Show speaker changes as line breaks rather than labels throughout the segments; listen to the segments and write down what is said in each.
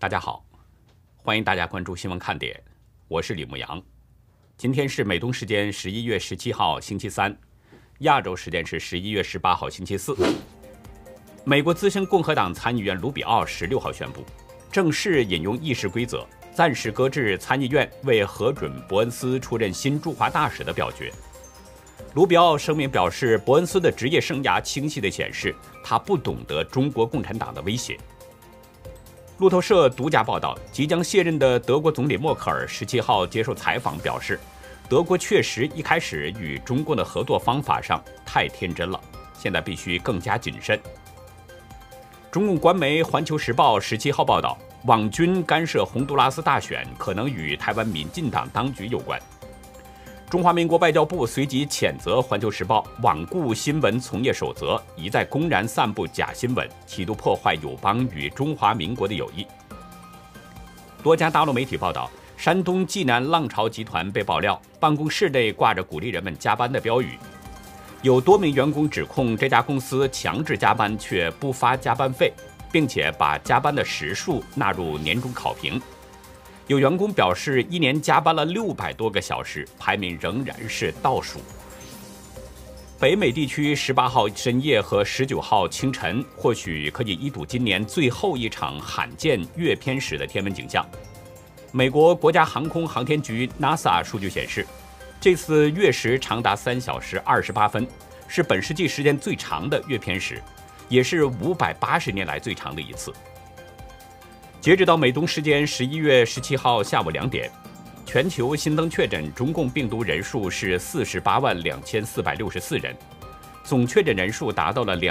大家好，欢迎大家关注新闻看点，我是李牧阳。今天是美东时间11月17号星期三，亚洲时间是11月18号星期四。美国资深共和党参议员卢比奥16号宣布，正式引用议事规则，暂时搁置参议院为核准伯恩斯出任新驻华大使的表决。卢比奥声明表示，伯恩斯的职业生涯清晰地显示，他不懂得中国共产党的威胁。路透社独家报道，即将卸任的德国总理默克尔17号接受采访表示，德国确实一开始与中共的合作方法上太天真了，现在必须更加谨慎。中共官媒《环球时报》17号报道，网军干涉洪都拉斯大选可能与台湾民进党当局有关。中华民国外交部随即谴责《环球时报》罔顾新闻从业守则，一再公然散布假新闻，企图破坏友邦与中华民国的友谊。多家大陆媒体报道，山东济南浪潮集团被爆料，办公室内挂着鼓励人们加班的标语。有多名员工指控这家公司强制加班却不发加班费，并且把加班的时数纳入年终考评。有员工表示，一年加班了600多个小时，排名仍然是倒数。北美地区18号深夜和19号清晨，或许可以一睹今年最后一场罕见月偏食的天文景象。美国国家航空航天局 NASA 数据显示，这次月食长达3小时28分，是本世纪时间最长的月偏食，也是580年来最长的一次。截止到美东时间11月17号下午2点，全球新增确诊中共病毒人数是482464人，总确诊人数达到了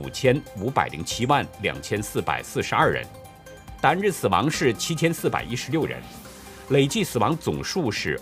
255072442人，单日死亡是7416人，累计死亡总数是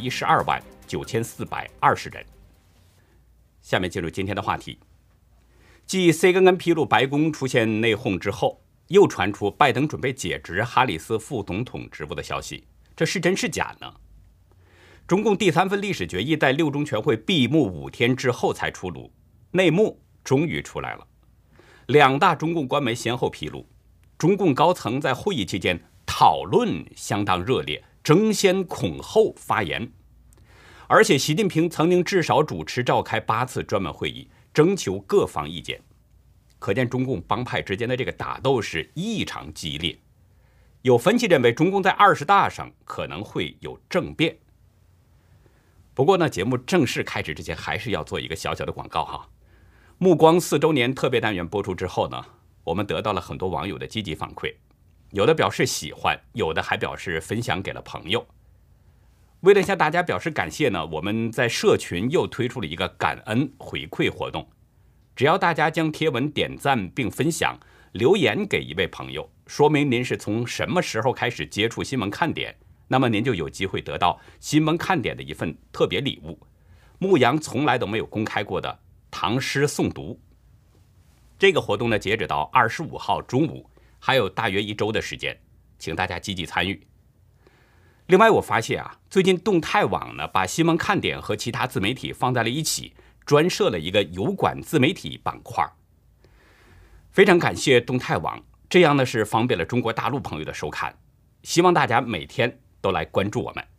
5129420人。下面进入今天的话题。继 CNN 披露白宫出现内讧之后，又传出拜登准备解职哈里斯副总统职务的消息，这是真是假呢？中共第3份历史决议在6中全会闭幕5天之后才出炉，内幕终于出来了。2大中共官媒先后披露，中共高层在会议期间讨论相当热烈，争先恐后发言，而且习近平曾经至少主持召开8次专门会议，征求各方意见。可见中共帮派之间的这个打斗是异常激烈。有分析认为，中共在20大上可能会有政变。不过呢，节目正式开始之前，还是要做一个小小的广告哈。目光4周年特别单元播出之后呢，我们得到了很多网友的积极反馈，有的表示喜欢，有的还表示分享给了朋友。为了向大家表示感谢呢，我们在社群又推出了一个感恩回馈活动。只要大家将贴文点赞并分享，留言给一位朋友，说明您是从什么时候开始接触新闻看点，那么您就有机会得到新闻看点的一份特别礼物——牧羊从来都没有公开过的唐诗诵读。这个活动呢，截止到25号中午，还有大约1周的时间，请大家积极参与。另外，我发现最近动态网呢，把新闻看点和其他自媒体放在了一起，专设了一个油管自媒体板块。非常感谢动态网，这样呢是方便了中国大陆朋友的收看，希望大家每天都来关注我们。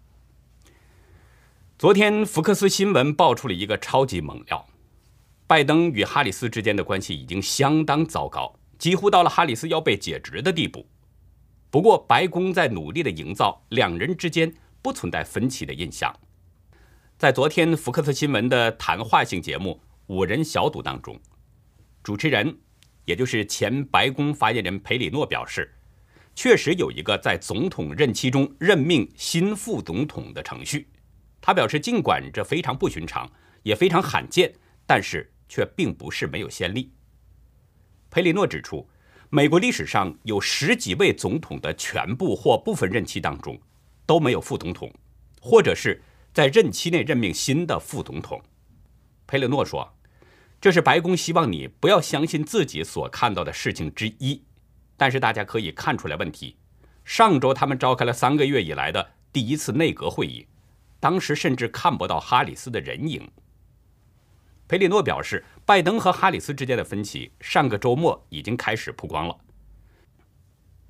昨天福克斯新闻爆出了一个超级猛料，拜登与哈里斯之间的关系已经相当糟糕，几乎到了哈里斯要被解职的地步。不过白宫在努力的营造两人之间不存在分歧的印象。在昨天福克斯新闻的谈话性节目5人小组当中，主持人也就是前白宫发言人佩里诺表示，确实有一个在总统任期中任命新副总统的程序。他表示，尽管这非常不寻常，也非常罕见，但是却并不是没有先例。佩里诺指出，美国历史上有10几位总统的全部或部分任期当中都没有副总统，或者是在任期内任命新的副总统。佩里诺说，这是白宫希望你不要相信自己所看到的事情之一，但是大家可以看出来问题。上周他们召开了3个月以来的第一次内阁会议，当时甚至看不到哈里斯的人影。佩里诺表示，拜登和哈里斯之间的分歧上个周末已经开始曝光了。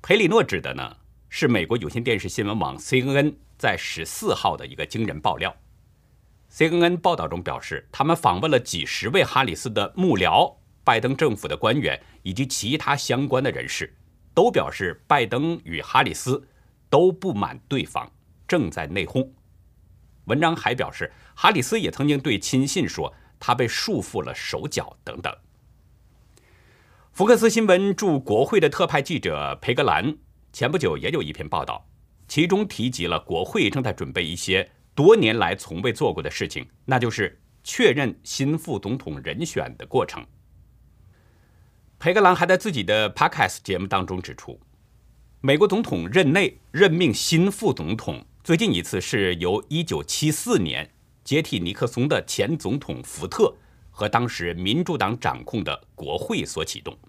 裴里诺指的呢是美国有线电视新闻网 CNN 在14号的一个惊人爆料。CNN 报道中表示，他们访问了几十位哈里斯的幕僚、拜登政府的官员以及其他相关的人士，都表示拜登与哈里斯都不满对方，正在内讧。文章还表示，哈里斯也曾经对亲信说他被束缚了手脚等等。福克斯新闻驻国会的特派记者培格兰前不久也有一篇报道，其中提及了国会正在准备一些多年来从未做过的事情，那就是确认新副总统人选的过程。培格兰还在自己的 Podcast 节目当中指出，美国总统任内任命新副总统，最近一次是由1974年接替尼克松的前总统福特和当时民主党掌控的国会所启动。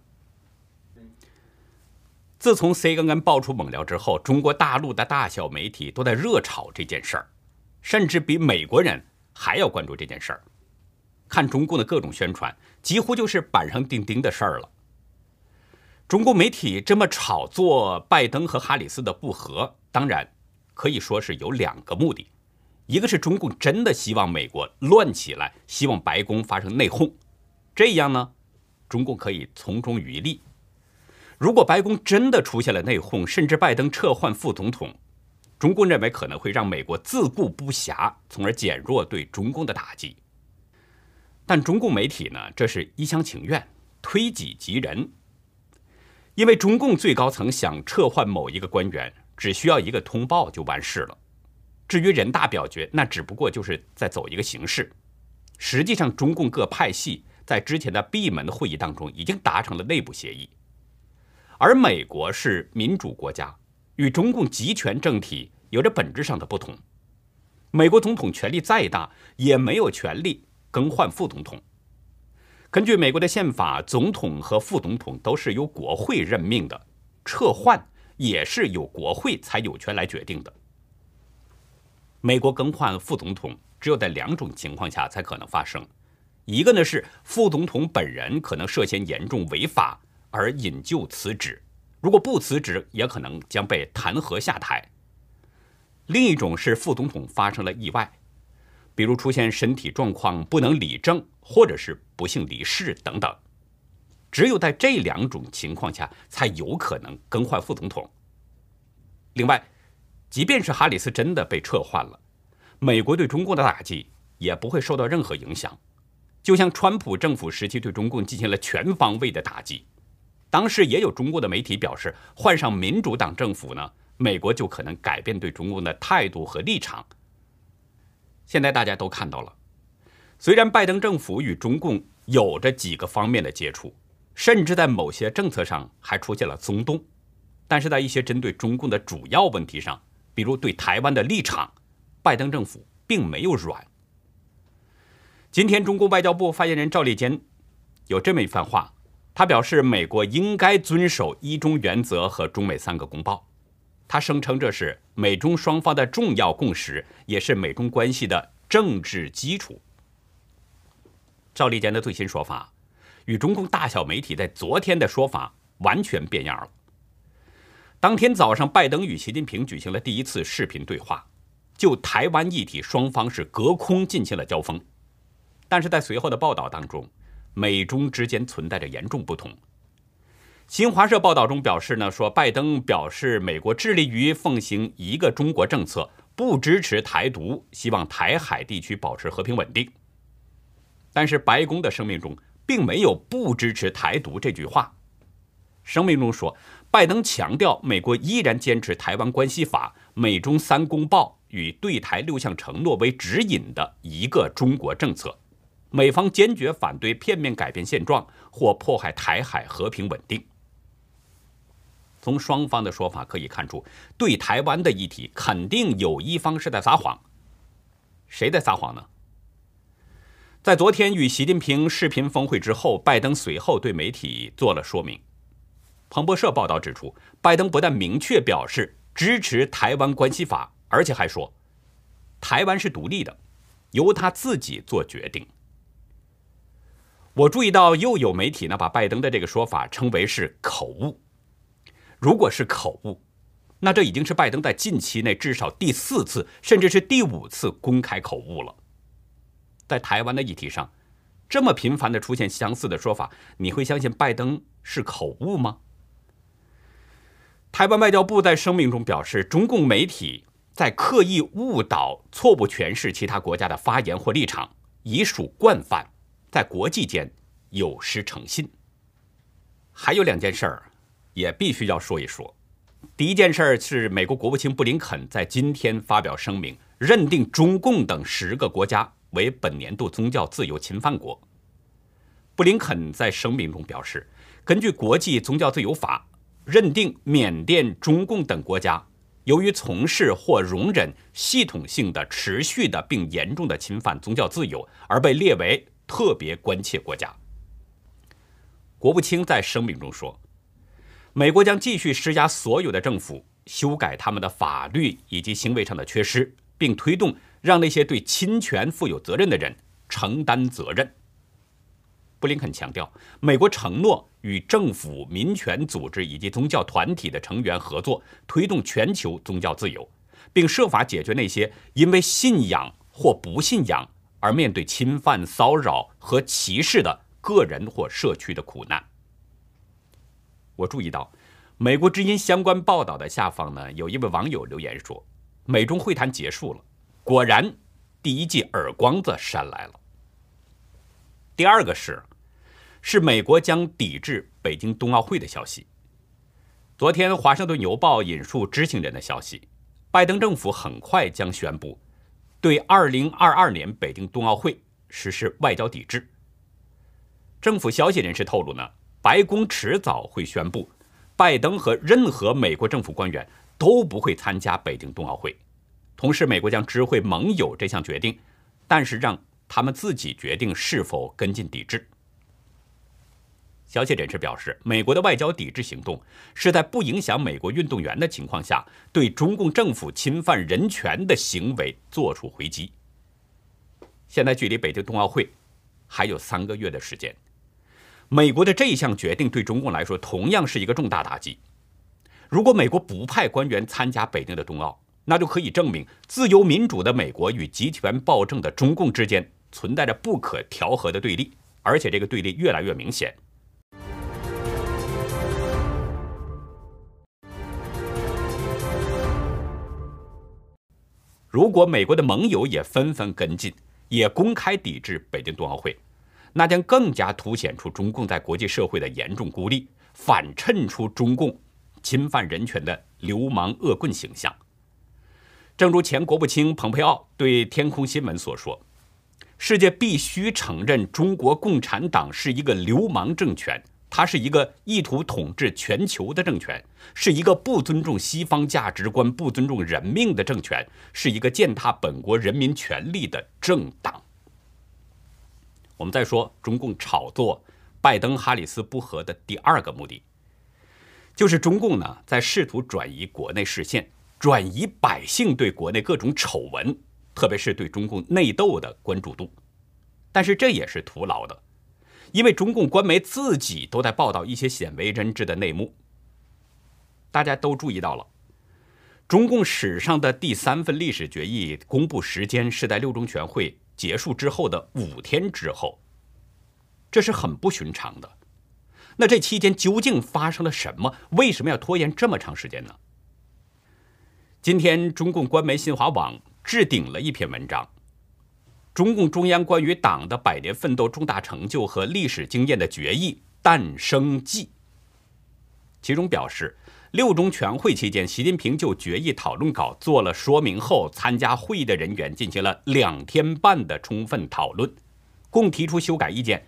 自从 CNN 爆出猛料之后，中国大陆的大小媒体都在热炒这件事儿，甚至比美国人还要关注这件事儿。看中共的各种宣传，几乎就是板上钉钉的事儿了。中国媒体这么炒作拜登和哈里斯的不和，当然可以说是有两个目的，一个是中共真的希望美国乱起来，希望白宫发生内讧，这样呢，中共可以从中渔利。如果白宫真的出现了内讧，甚至拜登撤换副总统，中共认为可能会让美国自顾不暇，从而减弱对中共的打击。但中共媒体呢，这是一厢情愿，推己及人。因为中共最高层想撤换某一个官员，只需要一个通报就完事了。至于人大表决，那只不过就是在走一个形式。实际上，中共各派系在之前的闭门会议当中已经达成了内部协议。而美国是民主国家，与中共集权政体有着本质上的不同。美国总统权力再大，也没有权利更换副总统。根据美国的宪法，总统和副总统都是由国会任命的，撤换也是由国会才有权来决定的。美国更换副总统只有在两种情况下才可能发生，一个呢是副总统本人可能涉嫌严重违法而引咎辞职，如果不辞职，也可能将被弹劾下台。另一种是副总统发生了意外，比如出现身体状况不能理政，或者是不幸离世等等。只有在这两种情况下才有可能更换副总统。另外，即便是哈里斯真的被撤换了，美国对中共的打击也不会受到任何影响。就像川普政府时期对中共进行了全方位的打击，当时也有中国的媒体表示，换上民主党政府呢，美国就可能改变对中共的态度和立场。现在大家都看到了，虽然拜登政府与中共有着几个方面的接触，甚至在某些政策上还出现了松动，但是在一些针对中共的主要问题上，比如对台湾的立场，拜登政府并没有软。今天中国外交部发言人赵立坚有这么一番话，他表示美国应该遵守一中原则和中美3个公报。他声称这是美中双方的重要共识，也是美中关系的政治基础。赵立坚的最新说法与中共大小媒体在昨天的说法完全变样了。当天早上，拜登与习近平举行了第一次视频对话，就台湾议题，双方是隔空进行了交锋。但是在随后的报道当中，美中之间存在着严重不同。新华社报道中表示呢，说拜登表示美国致力于奉行一个中国政策，不支持台独，希望台海地区保持和平稳定。但是白宫的声明中并没有不支持台独这句话。声明中说，拜登强调美国依然坚持台湾关系法、美中3公报与对台6项承诺为指引的一个中国政策，美方坚决反对片面改变现状或迫害台海和平稳定。从双方的说法可以看出，对台湾的议题肯定有一方是在撒谎。谁在撒谎呢？在昨天与习近平视频峰会之后，拜登随后对媒体做了说明。彭博社报道指出，拜登不但明确表示支持台湾关系法，而且还说台湾是独立的，由他自己做决定。我注意到又有媒体呢把拜登的这个说法称为是口误。 如果是口误，那这已经是拜登在近期内至少第4次，甚至是第5次公开口误了。在台湾的议题上，这么频繁地出现相似的说法，你会相信拜登是口误吗？台湾外交部在声明中表示，中共媒体在刻意误导、错误诠释其他国家的发言或立场，已属惯犯，在国际间有失诚信。还有2件事儿也必须要说一说。第一件事是美国国务卿布林肯在今天发表声明，认定中共等10个国家为本年度宗教自由侵犯国。布林肯在声明中表示，根据国际宗教自由法，认定缅甸、中共等国家由于从事或容忍系统性的、持续的并严重的侵犯宗教自由，而被列为特别关切国家。国务卿在声明中说，美国将继续施压所有的政府修改他们的法律以及行为上的缺失，并推动让那些对侵权负有责任的人承担责任。布林肯强调，美国承诺与政府、民权组织以及宗教团体的成员合作，推动全球宗教自由，并设法解决那些因为信仰或不信仰而面对侵犯、骚扰和歧视的个人或社区的苦难。我注意到，美国之音相关报道的下方呢，有一位网友留言说，美中会谈结束了，果然第一记耳光子扇来了。第二个是美国将抵制北京冬奥会的消息。昨天华盛顿邮报引述知情人的消息，拜登政府很快将宣布对2022年北京冬奥会实施外交抵制。政府消息人士透露呢，白宫迟早会宣布，拜登和任何美国政府官员都不会参加北京冬奥会。同时，美国将知会盟友这项决定，但是让他们自己决定是否跟进抵制。消息人士表示，美国的外交抵制行动是在不影响美国运动员的情况下，对中共政府侵犯人权的行为做出回击。现在距离北京冬奥会还有3个月的时间。美国的这一项决定对中共来说同样是一个重大打击。如果美国不派官员参加北京的冬奥，那就可以证明自由民主的美国与集权暴政的中共之间存在着不可调和的对立，而且这个对立越来越明显。如果美国的盟友也纷纷跟进，也公开抵制北京冬奥会，那将更加凸显出中共在国际社会的严重孤立，反衬出中共侵犯人权的流氓恶棍形象。正如前国务卿蓬佩奥对天空新闻所说，世界必须承认中国共产党是一个流氓政权，它是一个意图统治全球的政权，是一个不尊重西方价值观、不尊重人命的政权，是一个践踏本国人民权利的政党。我们再说中共炒作拜登哈里斯不和的第2个目的，就是中共呢在试图转移国内视线，转移百姓对国内各种丑闻，特别是对中共内斗的关注度。但是这也是徒劳的，因为中共官媒自己都在报道一些鲜为人知的内幕。大家都注意到了，中共史上的第3份历史决议公布时间是在6中全会结束之后的5天之后，这是很不寻常的。那这期间究竟发生了什么？为什么要拖延这么长时间呢？今天中共官媒新华网置顶了一篇文章，中共中央关于党的100年奋斗重大成就和历史经验的决议诞生记。其中表示，6中全会期间，习近平就决议讨论稿做了说明后，参加会议的人员进行了2天半的充分讨论，共提出修改意见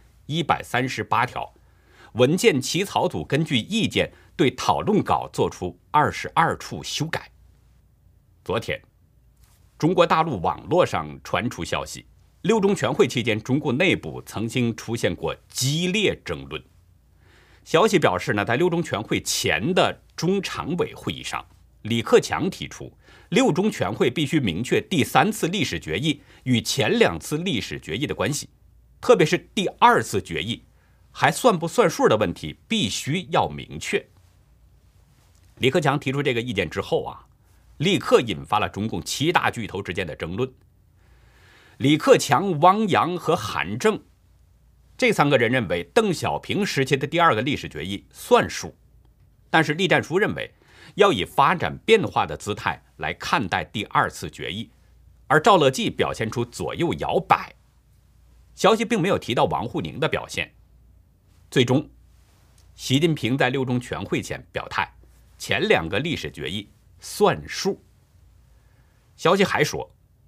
138条。文件起草组根据意见对讨论稿作出22处修改。昨天，中国大陆网络上传出消息，6中全会期间，中共内部曾经出现过激烈争论。消息表示呢，在6中全会前的中常委会议上，李克强提出，6中全会必须明确第3次历史决议与前2次历史决议的关系，特别是第2次决议还算不算数的问题必须要明确。 李克强提出这个意见之后啊，立刻引发了中共7大巨头之间的争论。李克强、汪洋和韩正这3个人认为邓小平时期的第2个历史决议算数，但是栗战书认为要以发展变化的姿态来看待第2次决议，而赵乐际表现出左右摇摆。消息并没有提到王沪宁的表现。最终，习近平在6中全会前表态，前2个历史决议算数。消息还说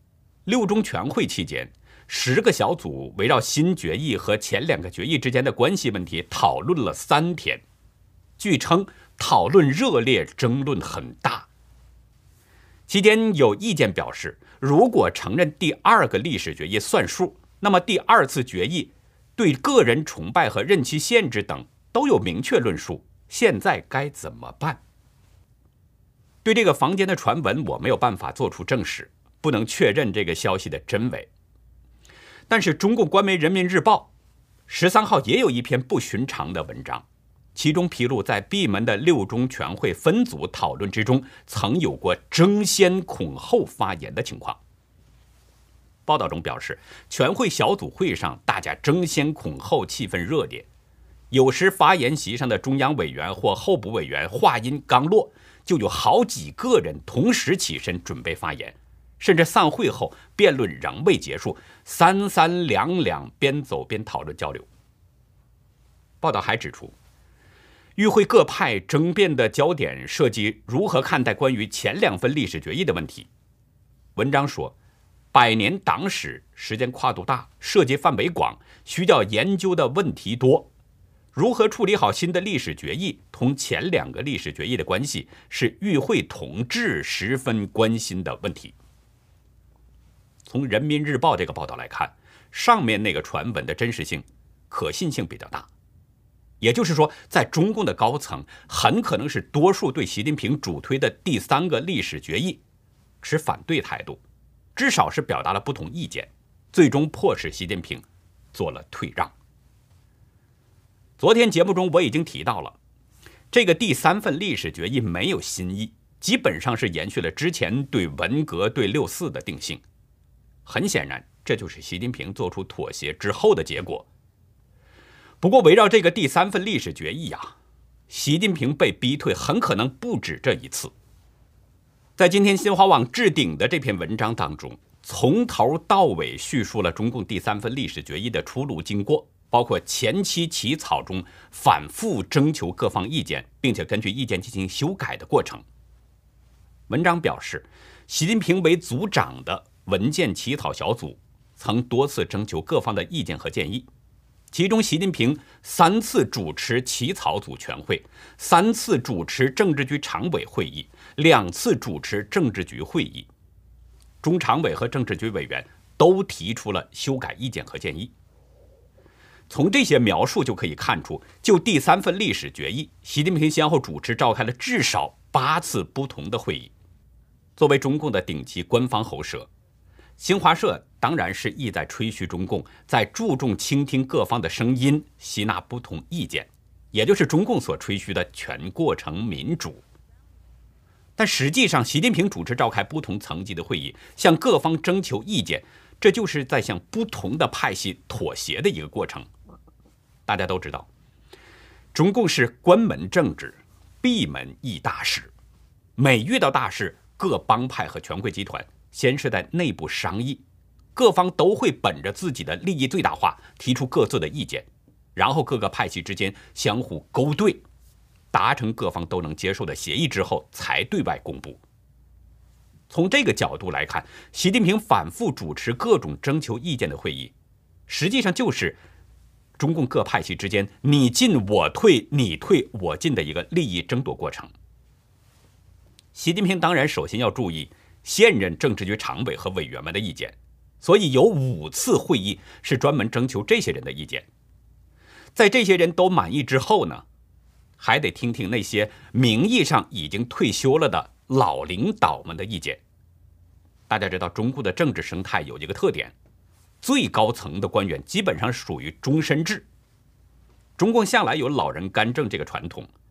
，6中全会期间，10个小组围绕新决议和前2个决议之间的关系问题讨论了3天。据称，讨论热烈，争论很大。期间有意见表示，如果承认第2个历史决议算数，那么第2次决议对个人崇拜和任期限制等都有明确论述，现在该怎么办？对这个坊间的传闻，我没有办法做出证实，不能确认这个消息的真伪。但是中共官媒《人民日报》13号也有一篇不寻常的文章，其中披露在闭门的6中全会分组讨论之中，曾有过争先恐后发言的情况。报道中表示，全会小组会上大家争先恐后，气氛热烈，有时发言席上的中央委员或候补委员话音刚落，就有好几个人同时起身准备发言，甚至散会后辩论仍未结束，三三两两边走边讨论交流。报道还指出，与会各派争辩的焦点涉及如何看待关于前2份历史决议的问题。文章说，100年党史时间跨度大，涉及范围广，需要研究的问题多。如何处理好新的历史决议同前2个历史决议的关系，是与会同志十分关心的问题。从《人民日报》这个报道来看，上面那个传闻的真实性、可信性比较大。也就是说，在中共的高层，很可能是多数对习近平主推的第3个历史决议持反对态度，至少是表达了不同意见，最终迫使习近平做了退让。昨天节目中我已经提到了，这个第3份历史决议没有新意，基本上是延续了之前对文革、对6·4的定性。很显然，这就是习近平做出妥协之后的结果。不过，围绕这个第3份历史决议啊，习近平被逼退很可能不止这一次。在今天新华网置顶的这篇文章当中，从头到尾叙述了中共第3份历史决议的出炉经过，包括前期起草中反复征求各方意见，并且根据意见进行修改的过程。文章表示，习近平为组长的文件起草小组曾多次征求各方的意见和建议，其中习近平3次主持起草组全会，3次主持政治局常委会议，2次主持政治局会议。中常委和政治局委员都提出了修改意见和建议。从这些描述就可以看出，就第3份历史决议，习近平先后主持召开了至少8次不同的会议。作为中共的顶级官方喉舌，新华社当然是意在吹嘘中共在注重倾听各方的声音，吸纳不同意见，也就是中共所吹嘘的全过程民主。但实际上，习近平主持召开不同层级的会议，向各方征求意见，这就是在向不同的派系妥协的一个过程。大家都知道，中共是关门政治，闭门议大事。每遇到大事，各帮派和权贵集团先是在内部商议，各方都会本着自己的利益最大化提出各自的意见，然后各个派系之间相互勾兑，达成各方都能接受的协议之后才对外公布。从这个角度来看，习近平反复主持各种征求意见的会议，实际上就是中共各派系之间你进我退，你退我进的一个利益争夺过程。习近平当然首先要注意现任政治局常委和委员们的意见，所以有5次会议是专门征求这些人的意见。在这些人都满意之后呢，还得听听那些名义上已经退休了的老领导们的意见。大家知道，中共的政治生态有一个特点，最高层的官员基本上属于终身制。中共向来有老人干政这个传统，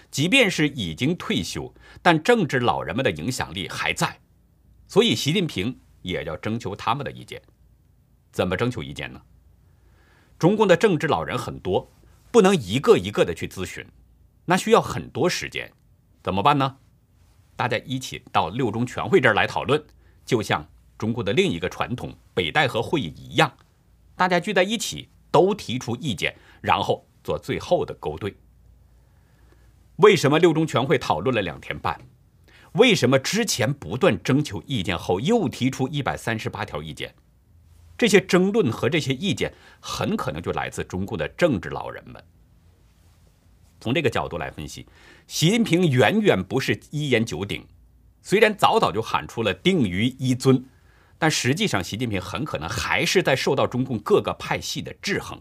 即便是已经退休，但政治老人们的影响力还在，所以习近平也要征求他们的意见。怎么征求意见呢？中共的政治老人很多，不能一个一个的去咨询，那需要很多时间。怎么办呢？大家一起到六中全会这儿来讨论，就像中国的另一个传统北戴河会议一样，大家聚在一起都提出意见，然后做最后的勾兑。为什么六中全会讨论了2天半？为什么之前不断征求意见后又提出138条意见？这些争论和这些意见很可能就来自中共的政治老人们。从这个角度来分析，习近平远远不是一言九鼎，虽然早早就喊出了定于一尊，但实际上习近平很可能还是在受到中共各个派系的制衡。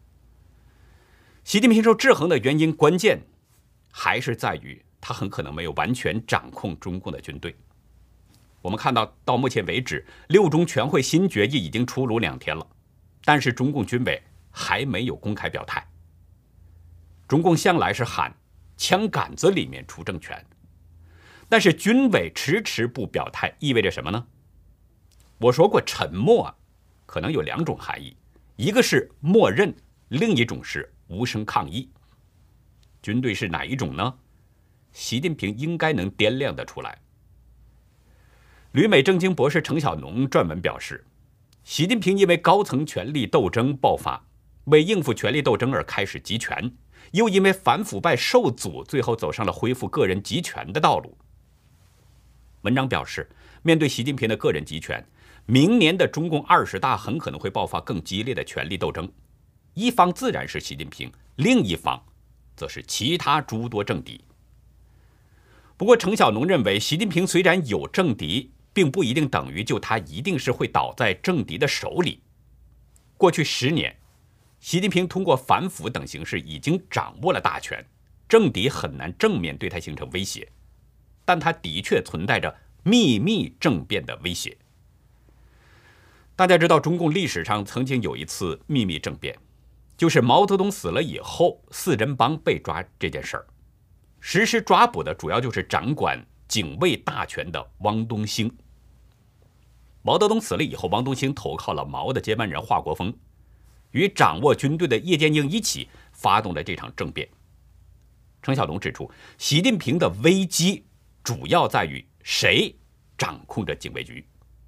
习近平受制衡的原因关键还是在于他很可能没有完全掌控中共的军队。我们看到目前为止，六中全会新决议已经出炉2天了，但是中共军委还没有公开表态。中共向来是喊枪杆子里面出政权，但是军委迟迟不表态，意味着什么呢？我说过，沉默可能有2种含义，一个是默认，另一种是无声抗议。军队是哪一种呢？习近平应该能掂量得出来。旅美政经博士程晓农撰文表示，习近平因为高层权力斗争爆发，为应付权力斗争而开始集权，又因为反腐败受阻，最后走上了恢复个人集权的道路。文章表示，面对习近平的个人集权，明年的中共20大很可能会爆发更激烈的权力斗争，一方自然是习近平，另一方则是其他诸多政敌。不过程晓农认为，习近平虽然有政敌，并不一定等于就他一定是会倒在政敌的手里。过去10年，习近平通过反腐等形式已经掌握了大权，政敌很难正面对他形成威胁，但他的确存在着秘密政变的威胁。大家知道，中共历史上曾经有一次秘密政变，就是毛泽东死了以后，4人帮被抓这件事儿。实施抓捕的主要就是掌管警卫大权的汪东兴。毛泽东死了以后，汪东兴投靠了毛的接班人华国锋，与掌握军队的叶剑英一起发动了这场政变。程晓农指出，习近平的危机主要在于谁掌控着警卫局。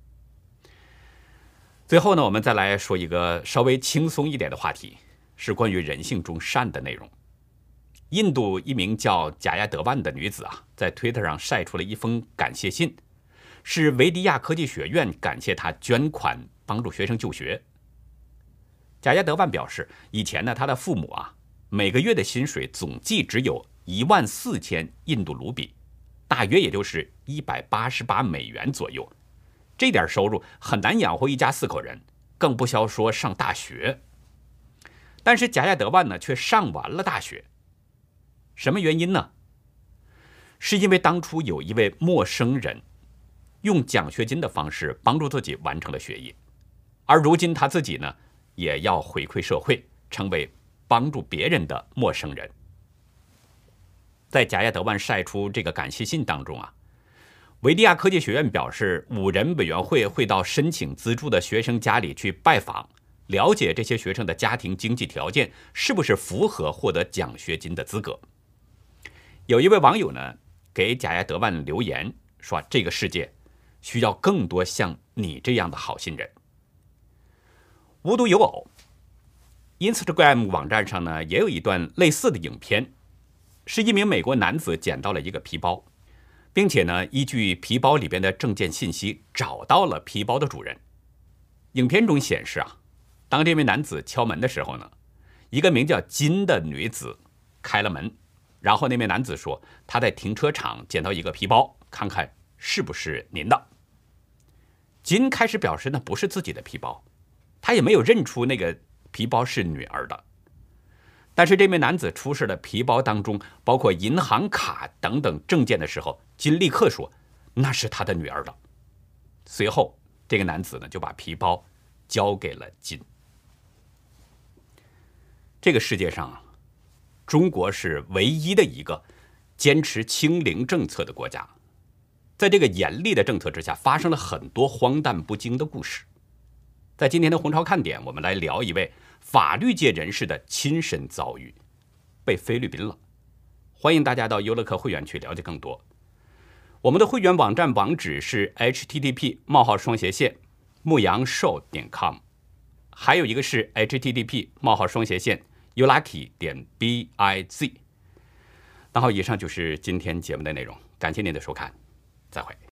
最后呢，我们再来说一个稍微轻松一点的话题，是关于人性中善的内容。印度一名叫贾亚德万的女子在推特上晒出了一封感谢信，是维迪亚科技学院感谢她捐款帮助学生就学。贾亚德万表示，以前呢，他的父母每个月的薪水总计只有14000印度卢比，大约也就是188美元左右。这点收入很难养活一家4口人，更不消说上大学。但是贾亚德万呢，却上完了大学。什么原因呢？是因为当初有一位陌生人用奖学金的方式帮助自己完成了学业，而如今他自己呢，也要回馈社会，成为帮助别人的陌生人。在贾亚德万晒出这个感谢信当中维迪亚科技学院表示，5人委员会会到申请资助的学生家里去拜访，了解这些学生的家庭经济条件是不是符合获得奖学金的资格。有一位网友呢，给贾亚德万留言说，这个世界需要更多像你这样的好心人。无独有偶， Instagram 网站上呢，也有一段类似的影片，是一名美国男子捡到了一个皮包，并且呢，依据皮包里边的证件信息找到了皮包的主人。影片中显示当这名男子敲门的时候呢，一个名叫金的女子开了门，然后那名男子说，他在停车场捡到一个皮包，看看是不是您的。金开始表示那不是自己的皮包，他也没有认出那个皮包是女儿的。但是这名男子出示了皮包当中包括银行卡等等证件的时候，金立刻说那是他的女儿的。随后这个男子呢，就把皮包交给了金。这个世界上中国是唯一的一个坚持清零政策的国家。在这个严厉的政策之下，发生了很多荒诞不经的故事。在今天的红潮看点，我们来聊一位法律界人士的亲身遭遇，被菲律宾了。欢迎大家到优乐客会员区了解更多。我们的会员网站网址是 http://牧羊show.com， 还有一个是 http://youlucky.biz。然后以上就是今天节目的内容，感谢您的收看，再会。